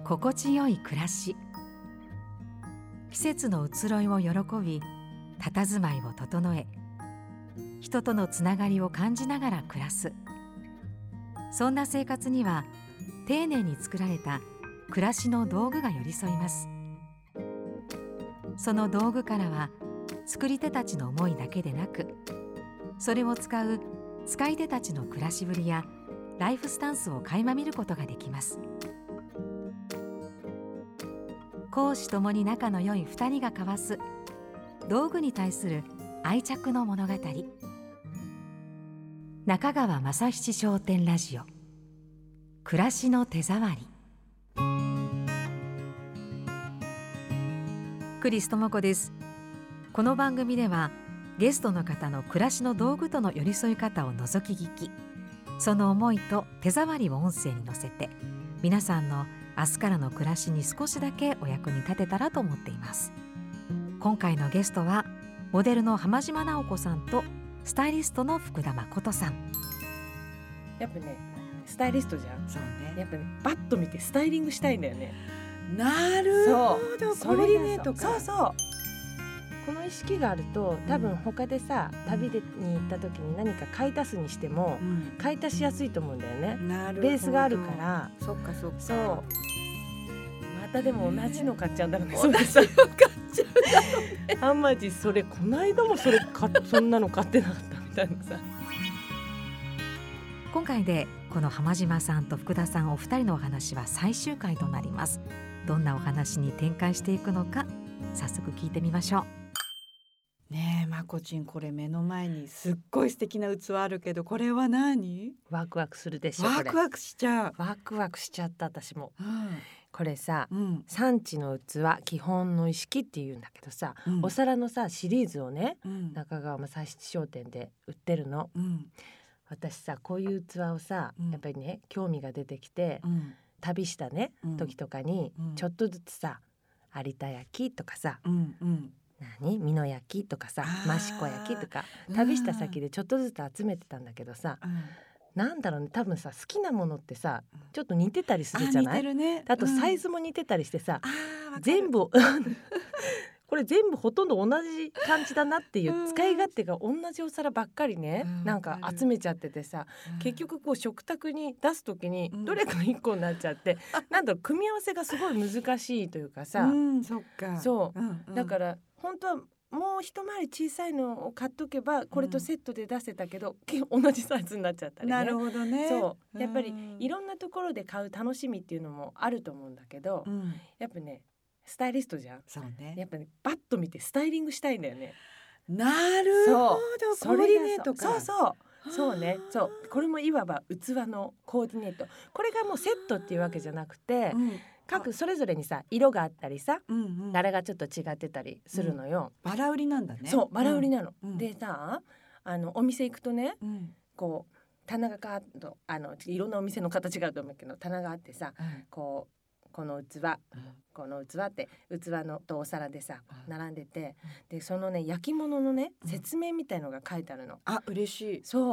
心地よい暮らし。季節の移ろいを喜び、佇まいを整え、人とのつながりを感じながら暮らす。そんな生活には丁寧に作られた暮らしの道具が寄り添います。その道具からは作り手たちの思いだけでなく、それを使う使い手たちの暮らしぶりやライフスタンスを垣間見ることができます。公私ともに仲の良い2人が交わす道具に対する愛着の物語。中川正七商店ラジオ、暮らしの手触り。クリス智子です。この番組ではゲストの方の暮らしの道具との寄り添い方を覗き聞き、その思いと手触りを音声に乗せて、皆さんの明日からの暮らしに少しだけお役に立てたらと思っています。今回のゲストはモデルの浜島直子さんとスタイリストの福田誠さん。 やっぱね、スタイリストじゃん。 そうね。 やっぱね、バッと見てスタイリングしたいんだよね。 なるほど。 そコーディネートか。 そうそう。この意識があると、多分他でさ、旅に行った時に何か買い足すにしても、買い足しやすいと思うんだよね。 なるほど。 ベースがあるから。 そっかそっか。 そう。またでも同じの買っちゃうんだろうね。 同じの買っちゃうんだろうね。 あんまじそれこの間もそんなの買ってなかったみたいなさ。 今回でこの浜島さんと福田さんお二人のお話は最終回となります。どんなお話に展開していくのか、早速聞いてみましょう。ねえ、まこちん、これ目の前にすっごい素敵な器あるけど、これは何？ ワクワクするでしょ。 ワクワクしちゃう。 ワクワクしちゃった私も。これさ、 うん、 産地の器基本の意識っていうんだけどさ、お皿のさシリーズをね、中川正七商店で売ってるの。私さ、こういう器をさ、やっぱりね興味が出てきて、旅したね、時とかにちょっとずつさ、有田焼とかさ、美濃焼とかさ、益子焼とか旅した先でちょっとずつ集めてたんだけどさ、なんだろうね、多分さ好きなものってさちょっと似てたりするじゃない？ 似てるね。 あとサイズも似てたりしてさ、全部これ全部ほとんど同じ感じだなっていう使い勝手が同じお皿ばっかりね、なんか集めちゃっててさ、結局こう食卓に出す時にどれか1個になっちゃって、なんだろう、組み合わせがすごい難しいというかさ、 そっか。 そう、だから本当はもう一回り小さいのを買っとけばこれとセットで出せたけど、同じサイズになっちゃったりね。 なるほどね。 そうやっぱりいろんなところで買う楽しみっていうのもあると思うんだけど、やっぱねスタイリストじゃん。 そうね。 やっぱねバッと見てスタイリングしたいんだよね。 なるほど。コーディネートか。 そうね。そうこれもいわば器のコーディネート。これがもうセットっていうわけじゃなくて、各それぞれにさ色があったりさ、柄がちょっと違ってたりするのよ。 バラ売りなんだね。 そうバラ売りなの。でさ、お店行くとね、こう棚がガーッといろんなお店の形があると思うけど、棚があってさ、この器、この器って器のとお皿でさ並んでて、でそのね焼き物のね説明みたいのが書いてあるの。 あ、嬉しい。 そう、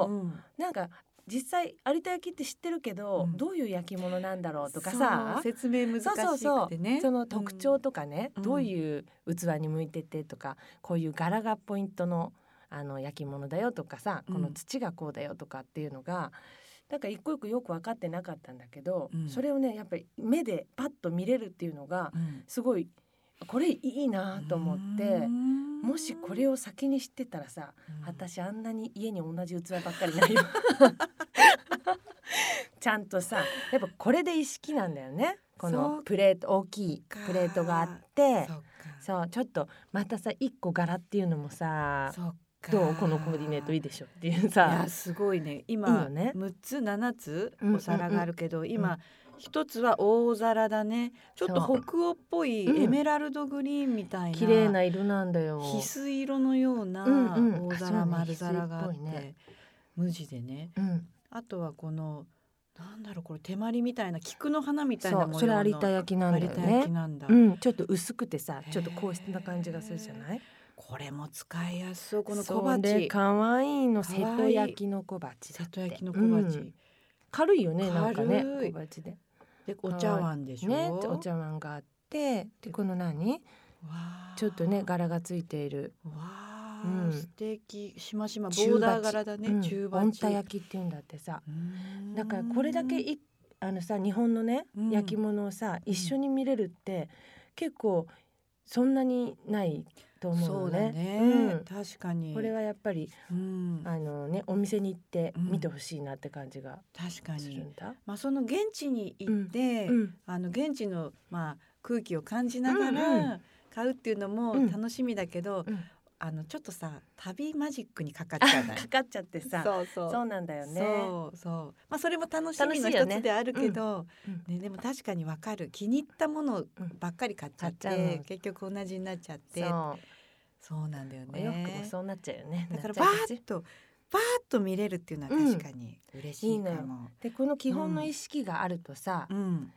なんか実際有田焼って知ってるけど、どういう焼き物なんだろうとかさ、 説明難しくてね、 その特徴とかね、どういう器に向いててとか、こういう柄がポイントの焼き物だよとかさ、この土がこうだよとかっていうのがなんか一個一個よく分かってなかったんだけど、それをねやっぱり目でパッと見れるっていうのがすごい、これいいなと思って、もしこれを先に知ってたらさ、私あんなに家に同じ器ばっかりないよちゃんとさ、やっぱこれで意識なんだよね。このプレート、大きいプレートがあって、そうちょっとまたさ一個柄っていうのもさ、どうこのコーディネートいいでしょっていうさ。 いやすごいね。今いいね、6つ7つお皿があるけど、今一つは大皿だね。ちょっと北欧っぽいエメラルドグリーンみたいな、 綺麗な色なんだよ。 翡翠色のような大皿、丸皿があって、無地でね、あとはこのなんだろう、これ手まりみたいな菊の花みたいな模様の、 それ有田焼なんだよね。 有田焼なんだ。 ちょっと薄くてさ、ちょっと硬質な感じがするじゃない。 これも使いやすそう。この小鉢、 それかわいいの。瀬戸焼の小鉢だって。 瀬戸焼の小鉢、 軽いよね、なんかね、小鉢で。 でお茶碗でしょ、 ね、お茶碗があって、でこの何ちょっとね柄がついている、 素敵、しましまボーダー柄だね、 中鉢、温田焼きっていうんだってさ。だからこれだけさ日本のね、焼き物をさ一緒に見れるって結構そんなにないと思うのね。 そうだね、確かにこれはやっぱり、お店に行って見てほしいなって感じがするんだ。 その現地に行って、現地の、空気を感じながら買うっていうのも楽しみだけど、ちょっとさ旅マジックにかかっちゃうかかっちゃってさ、そうなんだよね。 それも楽しみの一つであるけど、でも確かにわかる、気に入ったものばっかり買っちゃって、結局同じになっちゃって、そうなんだよね。 お洋服もそうなっちゃうよね。 だからバーッと見れるっていうのは確かに嬉しいかも。 でこの基本の意識があるとさ、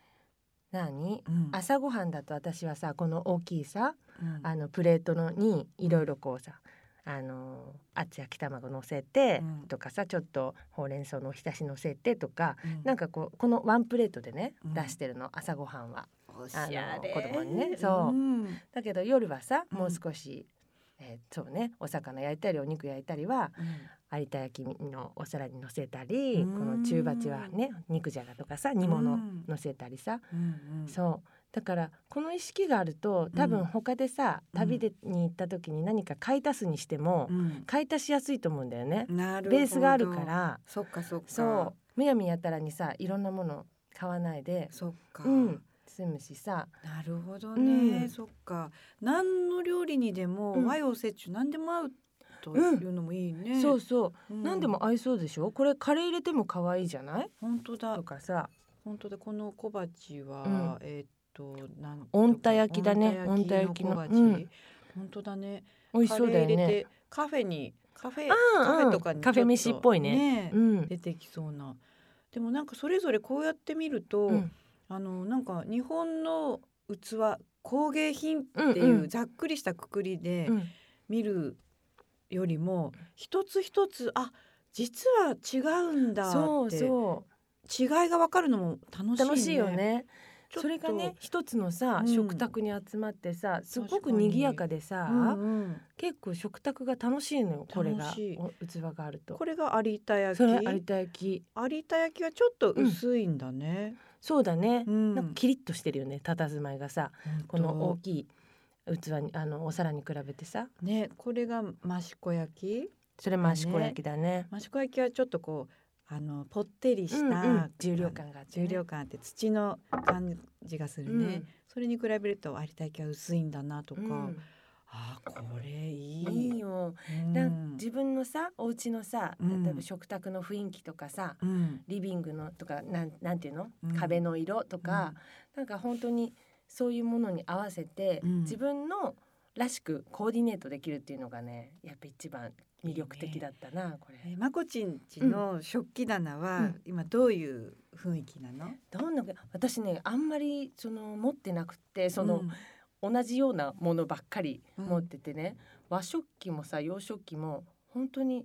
朝ごはんだと私はさこの大きいさ、プレートにいろいろこうさ、厚焼き卵乗せて、とかさちょっとほうれん草のおひたし乗せてとか、なんかこのワンプレートでね、出してるの朝ごはんは。 おしゃれ。 子供にね、だけど夜はさもう少し、そうね、お魚焼いたりお肉焼いたりは、有田焼のお皿に乗せたり、この中鉢はね肉じゃがとかさ煮物乗せたりさ、そうだからこの意識があると多分他でさ、旅に行った時に何か買い足すにしても、買い足しやすいと思うんだよね。ベースがあるから。 そっかそうむやみやたらにさいろんなもの買わないで、済むしさ。 なるほどね、そっか。何の料理にでも和洋折衷何でも合うというのもいいね。 そう、何でも合いそうでしょ。これカレー入れても可愛いじゃない。 本当だ。 とかさ、 本当だ。この小鉢は、 温田焼きだね。温田焼きの小鉢、 本当だね。 美味しそうだよね。 カフェとかにカフェ飯っぽいね、 出てきそうな。でもなんかそれぞれこうやって見ると、なんか日本の器工芸品っていうざっくりしたくくりで見るよりも、一つ一つ実は違うんだって違いが分かるのも楽しいよね。 それがね一つのさ、食卓に集まってさすごく賑やかでさ、結構食卓が楽しいのよ。これが器があると。 これが有田焼き。 有田焼きはちょっと薄いんだね。 そうだね、なんかキリッとしてるよね、佇まいがさ。この大きい器にお皿に比べてさね。これが益子焼き。 それ益子焼きだね。 益子焼きはちょっとこうぽってりした重量感があって、 重量感あって土の感じがするね。それに比べると有田焼きは薄いんだなとか、これいいよ。自分のさお家のさ、例えば食卓の雰囲気とかさ、リビングのとかなんていうの、壁の色とか、なんか本当にそういうものに合わせて、自分のらしくコーディネートできるっていうのがね、やっぱ一番魅力的だったな。これまこちんちの食器棚は今どういう雰囲気なの？ 私ねあんまり持ってなくて、同じようなものばっかり持っててね、和食器もさ洋食器も本当に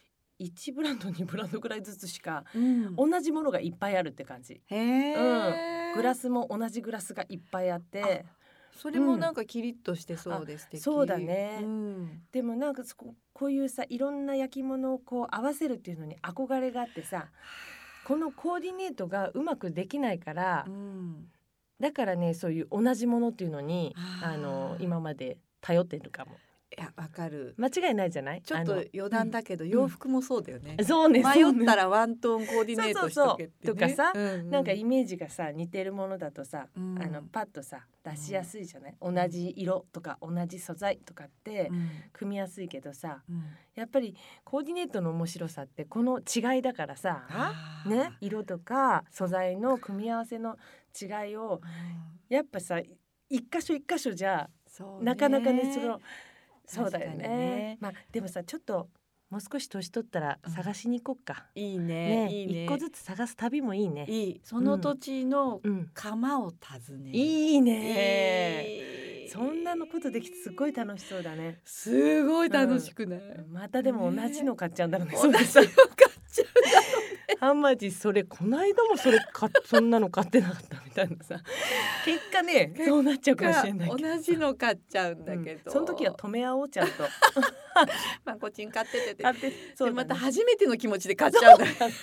1ブランド2ブランドぐらいずつしか、同じものがいっぱいあるって感じ。グラスも同じグラスがいっぱいあって、 それもなんかキリッとしてそうです。 そうだね、でもなんかこういうさいろんな焼き物をこう合わせるっていうのに憧れがあってさ、このコーディネートがうまくできないから、だからねそういう同じものっていうのに今まで頼ってるかも。 いやわかる。 間違いないじゃない。 ちょっと余談だけど、洋服もそうだよね。 そうね。 迷ったらワントーンコーディネートしとけってね。 とかさ、なんかイメージがさ似てるものだとさ、パッとさ出しやすいじゃない。同じ色とか同じ素材とかって組みやすいけどさ、やっぱりコーディネートの面白さってこの違いだからさ、ね、色とか素材の組み合わせの違いをやっぱさ一箇所一箇所じゃなかなかねそうだよね。でもさちょっともう少し年取ったら探しに行こっか。 いいね。 一個ずつ探す旅もいいね。 いい。その土地の窯を訪ねる。 いいね。そんなのことできてすごい楽しそうだね。 すごい楽しくない？ またでも同じの買っちゃうんだろうね。 同じの買っちゃうんだろうね。 ハンマジそれこの間もそんなの買ってなかったみたいな。 たいなさ結果ねそうなっちゃうかもしれないけど同じの買っちゃうんだけど、 その時は止め合おうちゃんとまあこっちに買ってて買ってそうだねでまた初めての気持ちで買っちゃうんだ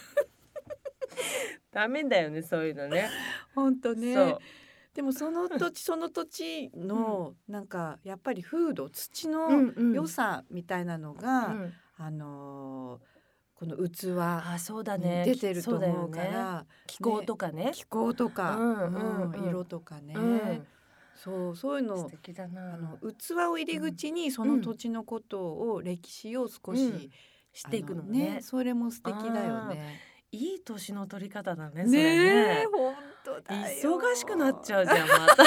ダメだよねそういうのね。 本当ね。 そうでもその土地その土地のなんかやっぱり風土土の良さみたいなのが、この器あそうだねに出てると思うかそうだよら、 ね気候とかね気候とか、色とかね、そういうの素敵だな。 器を入り口にその土地のことを、歴史を少し、 知っていくのね。 それも素敵だよね。 いい年の取り方だね。それね。 本当だよ。 忙しくなっちゃうじゃんまた。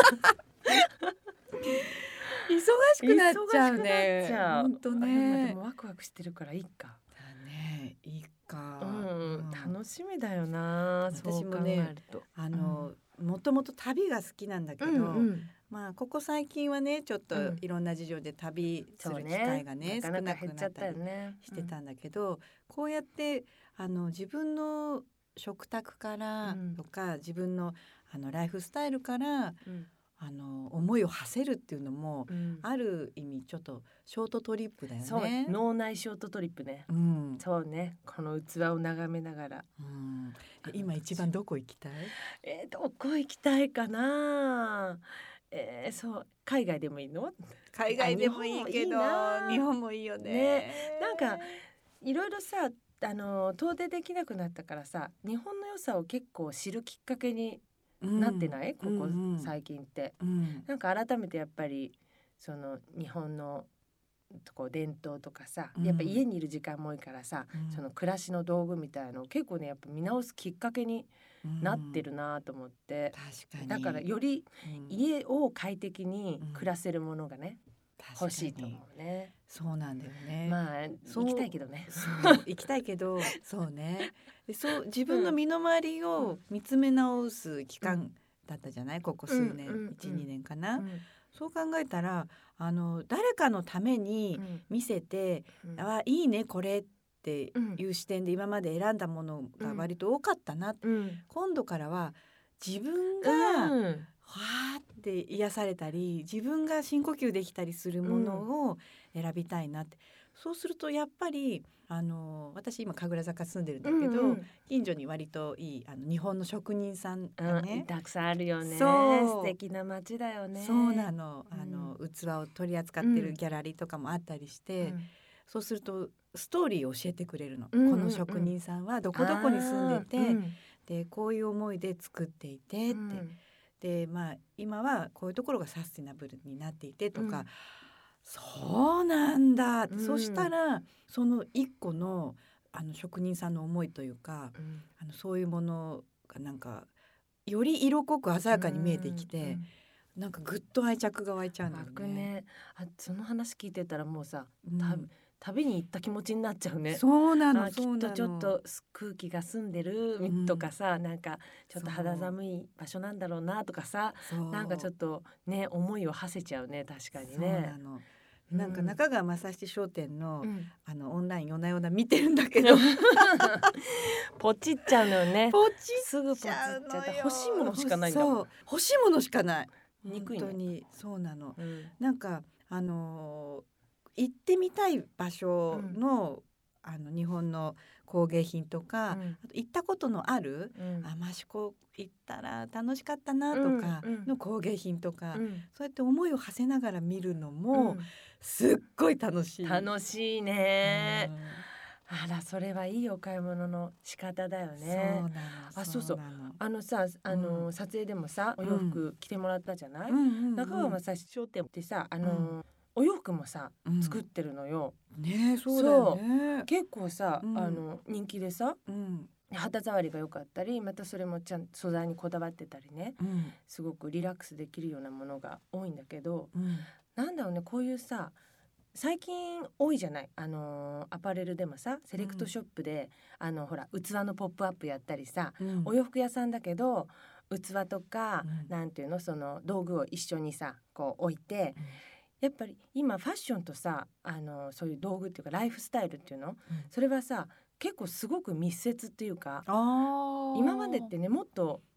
忙しくなっちゃうね。本当ね。 でもワクワクしてるからいいか。 だね、いいか。 楽しみだよな。 私もね、もともと旅が好きなんだけど、まあここ最近はねちょっといろんな事情で旅する機会がね少なくなったりしてたんだけど、こうやって自分の食卓からとか、自分のライフスタイルから思いを馳せるっていうのも、ある意味ちょっとショートトリップだよね。 そう脳内ショートトリップね。そうね、この器を眺めながら。 今一番どこ行きたい？ どこ行きたいかな。そう海外でもいいの？ 海外でもいいけど日本もいいよね。 なんかいろいろさ遠出できなくなったからさ、日本の良さを結構知るきっかけになってない？ここ最近って、なんか改めてやっぱりその日本のこう伝統とかさ、やっぱ家にいる時間も多いからさ、その暮らしの道具みたいのを結構ねやっぱ見直すきっかけになってるなと思って、 確かにだからより家を快適に暮らせるものがね、欲しいと思うね。 そうなんだよね。 まあ行きたいけどね。 行きたいけど、そうね。そう自分の身の回りを見つめ直す期間だったじゃない？ここ数年、1、2年かな。そう考えたら誰かのために見せて、いいねこれっていう視点で今まで選んだものが割と多かったな、今度からは自分がわーって癒されたり、自分が深呼吸できたりするものを選びたいなって、そうするとやっぱり私今神楽坂住んでるんだけど、近所に割といい日本の職人さんがね、 たくさんあるよね。素敵な街だよね。 そうなの。器を取り扱ってるギャラリーとかもあったりして、そうするとストーリーを教えてくれるの。この職人さんはどこどこに住んでて、でこういう思いで作っていてって、でまあ今はこういうところがサスティナブルになっていてとか、そうなんだって、そしたらその一個の職人さんの思いというか、そういうものがなんかより色濃く鮮やかに見えてきて、なんかぐっと愛着が湧いちゃうんだよね。その話聞いてたらもうさ、旅に行った気持ちになっちゃうね。 そうなの。 きっとちょっと空気が澄んでるとかさ、なんかちょっと肌寒い場所なんだろうなとかさ、なんかちょっとね思いを馳せちゃうね。確かにね。 そうなの。なんか中川正七商店の、オンライン夜な夜な見てるんだけどポチっちゃうのよね。 すぐポチっちゃった。 欲しいものしかないんだもん。 欲しいものしかない。 憎いね。 本当にそうなの。なんか行ってみたい場所の、日本の工芸品とか、あと行ったことのある、益子行ったら楽しかったなとかの工芸品とか、そうやって思いを馳せながら見るのも、すっごい楽しい。 楽しいね。あら、それはいいお買い物の仕方だよね。そうそう。撮影でもさ、お洋服着てもらったじゃない。中川正七商店ってさ、お洋服もさ、作ってるのよ。 ね、そうだよね。 結構さ、人気でさ、肌触りが良かったり、またそれもちゃんと素材にこだわってたりね、すごくリラックスできるようなものが多いんだけど、なんだろうね、こういうさ最近多いじゃない、アパレルでもさ、セレクトショップで、ほら器のポップアップやったりさ、お洋服屋さんだけど器とか、なんていうの、その道具を一緒にさこう置いて、やっぱり今ファッションとさ、そういう道具っていうかライフスタイルっていうの、それはさ結構すごく密接っていうか、今までってねもっと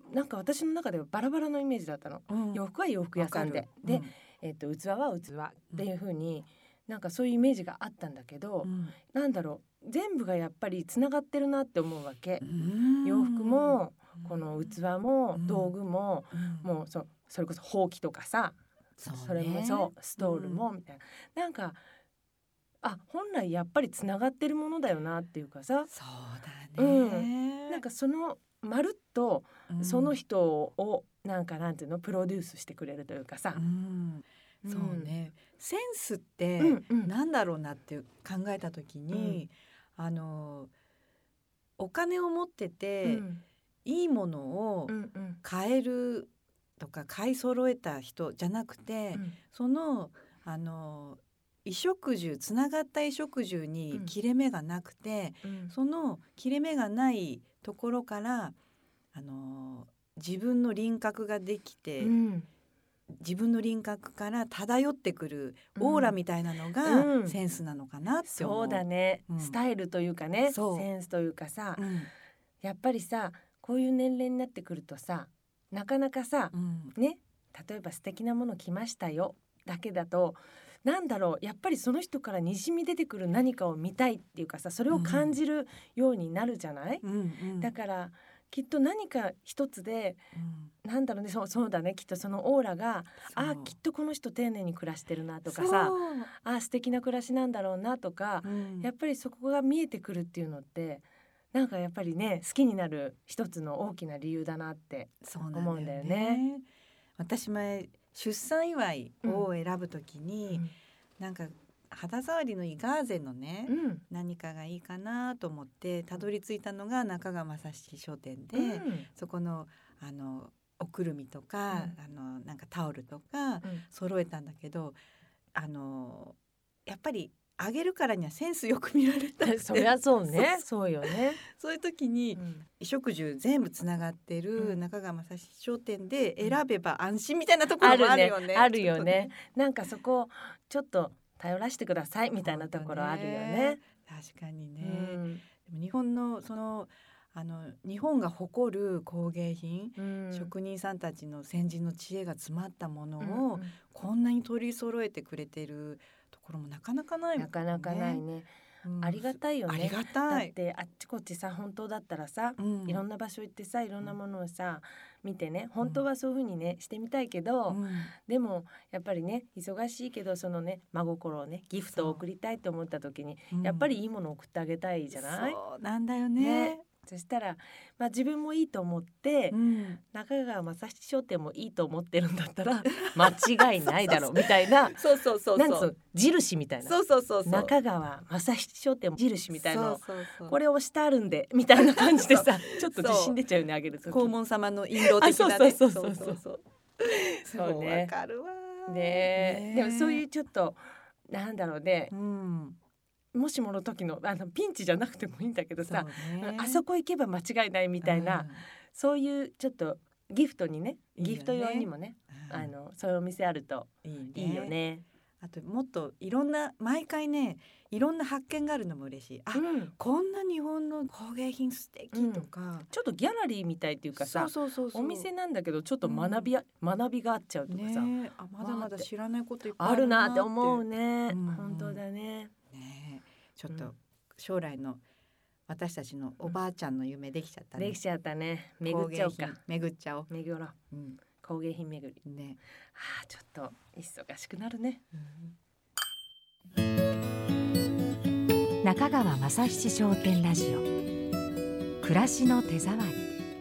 なんか私の中ではバラバラのイメージだったの、洋服は洋服屋さんで、で、器は器っていう風に、なんかそういうイメージがあったんだけど、なんだろう、全部がやっぱりつながってるなって思うわけ。洋服もこの器も道具も、もうそれこそほうきとかさ、それもそうストールもみたいな、なんか本来やっぱりつながってるものだよなっていうかさ、 そうだね、 なんかそのまるっとその人をなんていうの、プロデュースしてくれるというかさ、 そうね、センスってなんだろうなって考えた時に、お金を持ってて、いいものを買えるとか買い揃えた人じゃなくて、その衣食住、つながった衣食住に切れ目がなくて、その切れ目がないところから自分の輪郭ができて、自分の輪郭から漂ってくるオーラみたいなのがセンスなのかなって思う。 そうだね、スタイルというかね、センスというかさ、やっぱりさ、こういう年齢になってくるとさ、なかなかさ、ね、例えば素敵なもの着ましたよだけだと、なんだろう、やっぱりその人からにじみ出てくる何かを見たいっていうかさ、それを感じるようになるじゃない、だからきっと何か一つで、なんだろうね、そうだね、きっとそのオーラが、きっとこの人丁寧に暮らしてるなとかさ、素敵な暮らしなんだろうなとか、やっぱりそこが見えてくるっていうのって、なんかやっぱりね、好きになる一つの大きな理由だなって思うんだよね。 私前出産祝いを選ぶときに、なんか肌触りのいいガーゼのね、何かがいいかなと思ってたどり着いたのが中川正七商店で、そこのおくるみとか、なんかタオルとか揃えたんだけど、やっぱりあげるからにはセンスよく見られたって。 そりゃそうね、そうよね。 そういう時に、衣食住全部つながってる中川正七商店で選べば安心みたいなところもあるよね。 あるよね。なんかそこちょっと頼らせてくださいみたいなところあるよね。 確かにね。でも日本の日本が誇る工芸品、職人さんたちの先人の知恵が詰まったものを、こんなに取り揃えてくれてるところもなかなかないもんね。 なかなかないね。ありがたいよね。 ありがたい。 だってあっちこっちさ、本当だったらさ、いろんな場所行ってさ、いろんなものをさ、見てね、本当はそういう風にねしてみたいけど、でもやっぱりね、忙しいけど、そのね、真心をね、ギフトを送りたいと思った時に、やっぱりいいものを送ってあげたいじゃない。 そうなんだよね。 そしたら、自分もいいと思って、中川正七商店もいいと思ってるんだったら間違いないだろうみたいな、なんつう印みたいな、中川正七商店印みたいな、これをしてあるんでみたいな感じでさ、ちょっと自信出ちゃうよね、あげるとき。 黄門様の印籠的なね。 そうね。 わかるわね。でもそういうちょっとなんだろうね。もしもの時のピンチじゃなくてもいいんだけどさ、あそこ行けば間違いないみたいな、そういうちょっとギフトにね、ギフト用にもね、そういうお店あるといいよね。 あともっといろんな、毎回ね、いろんな発見があるのも嬉しい。こんな日本の工芸品素敵とか、 ちょっとギャラリーみたいっていうかさ、お店なんだけどちょっと学びがあっちゃうとかさ、 まだまだ知らないこといっぱいあるなって思うね。本当だね。 ちょっと将来の私たちのおばあちゃんの夢できちゃったね。 できちゃったね。巡っちゃおうか。 巡っちゃおう。 巡ろう。工芸品巡り。ね。ちょっと忙しくなるね。 中川正七商店ラジオ。暮らしの手触り。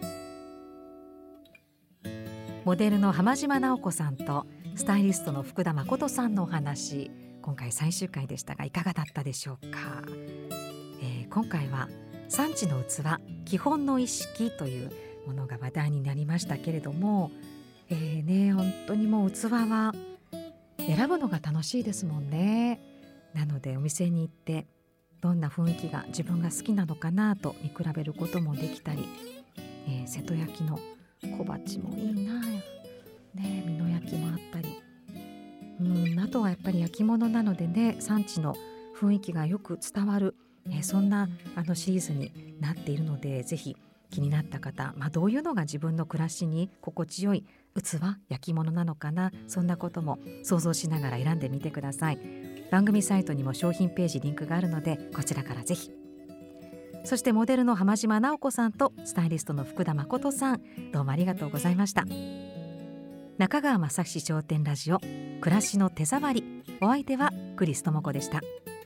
モデルの浜島直子さんとスタイリストの福田誠さんのお話。今回最終回でしたがいかがだったでしょうか。今回は産地の器基本の意識というものが話題になりましたけれども、本当にもう器は選ぶのが楽しいですもんね。なのでお店に行ってどんな雰囲気が自分が好きなのかなと見比べることもできたり、瀬戸焼の小鉢もいいな、美濃焼もあったり、あとはやっぱり焼き物なのでね、産地の雰囲気がよく伝わる、そんなシリーズになっているので、ぜひ気になった方、どういうのが自分の暮らしに心地よい器、焼き物なのかな、そんなことも想像しながら選んでみてください。番組サイトにも商品ページリンクがあるので、こちらからぜひ。そしてモデルの浜島直子さんとスタイリストの福田誠さん、どうもありがとうございました。中川雅史商店ラジオ暮らしの手触り、お相手はクリス智子でした。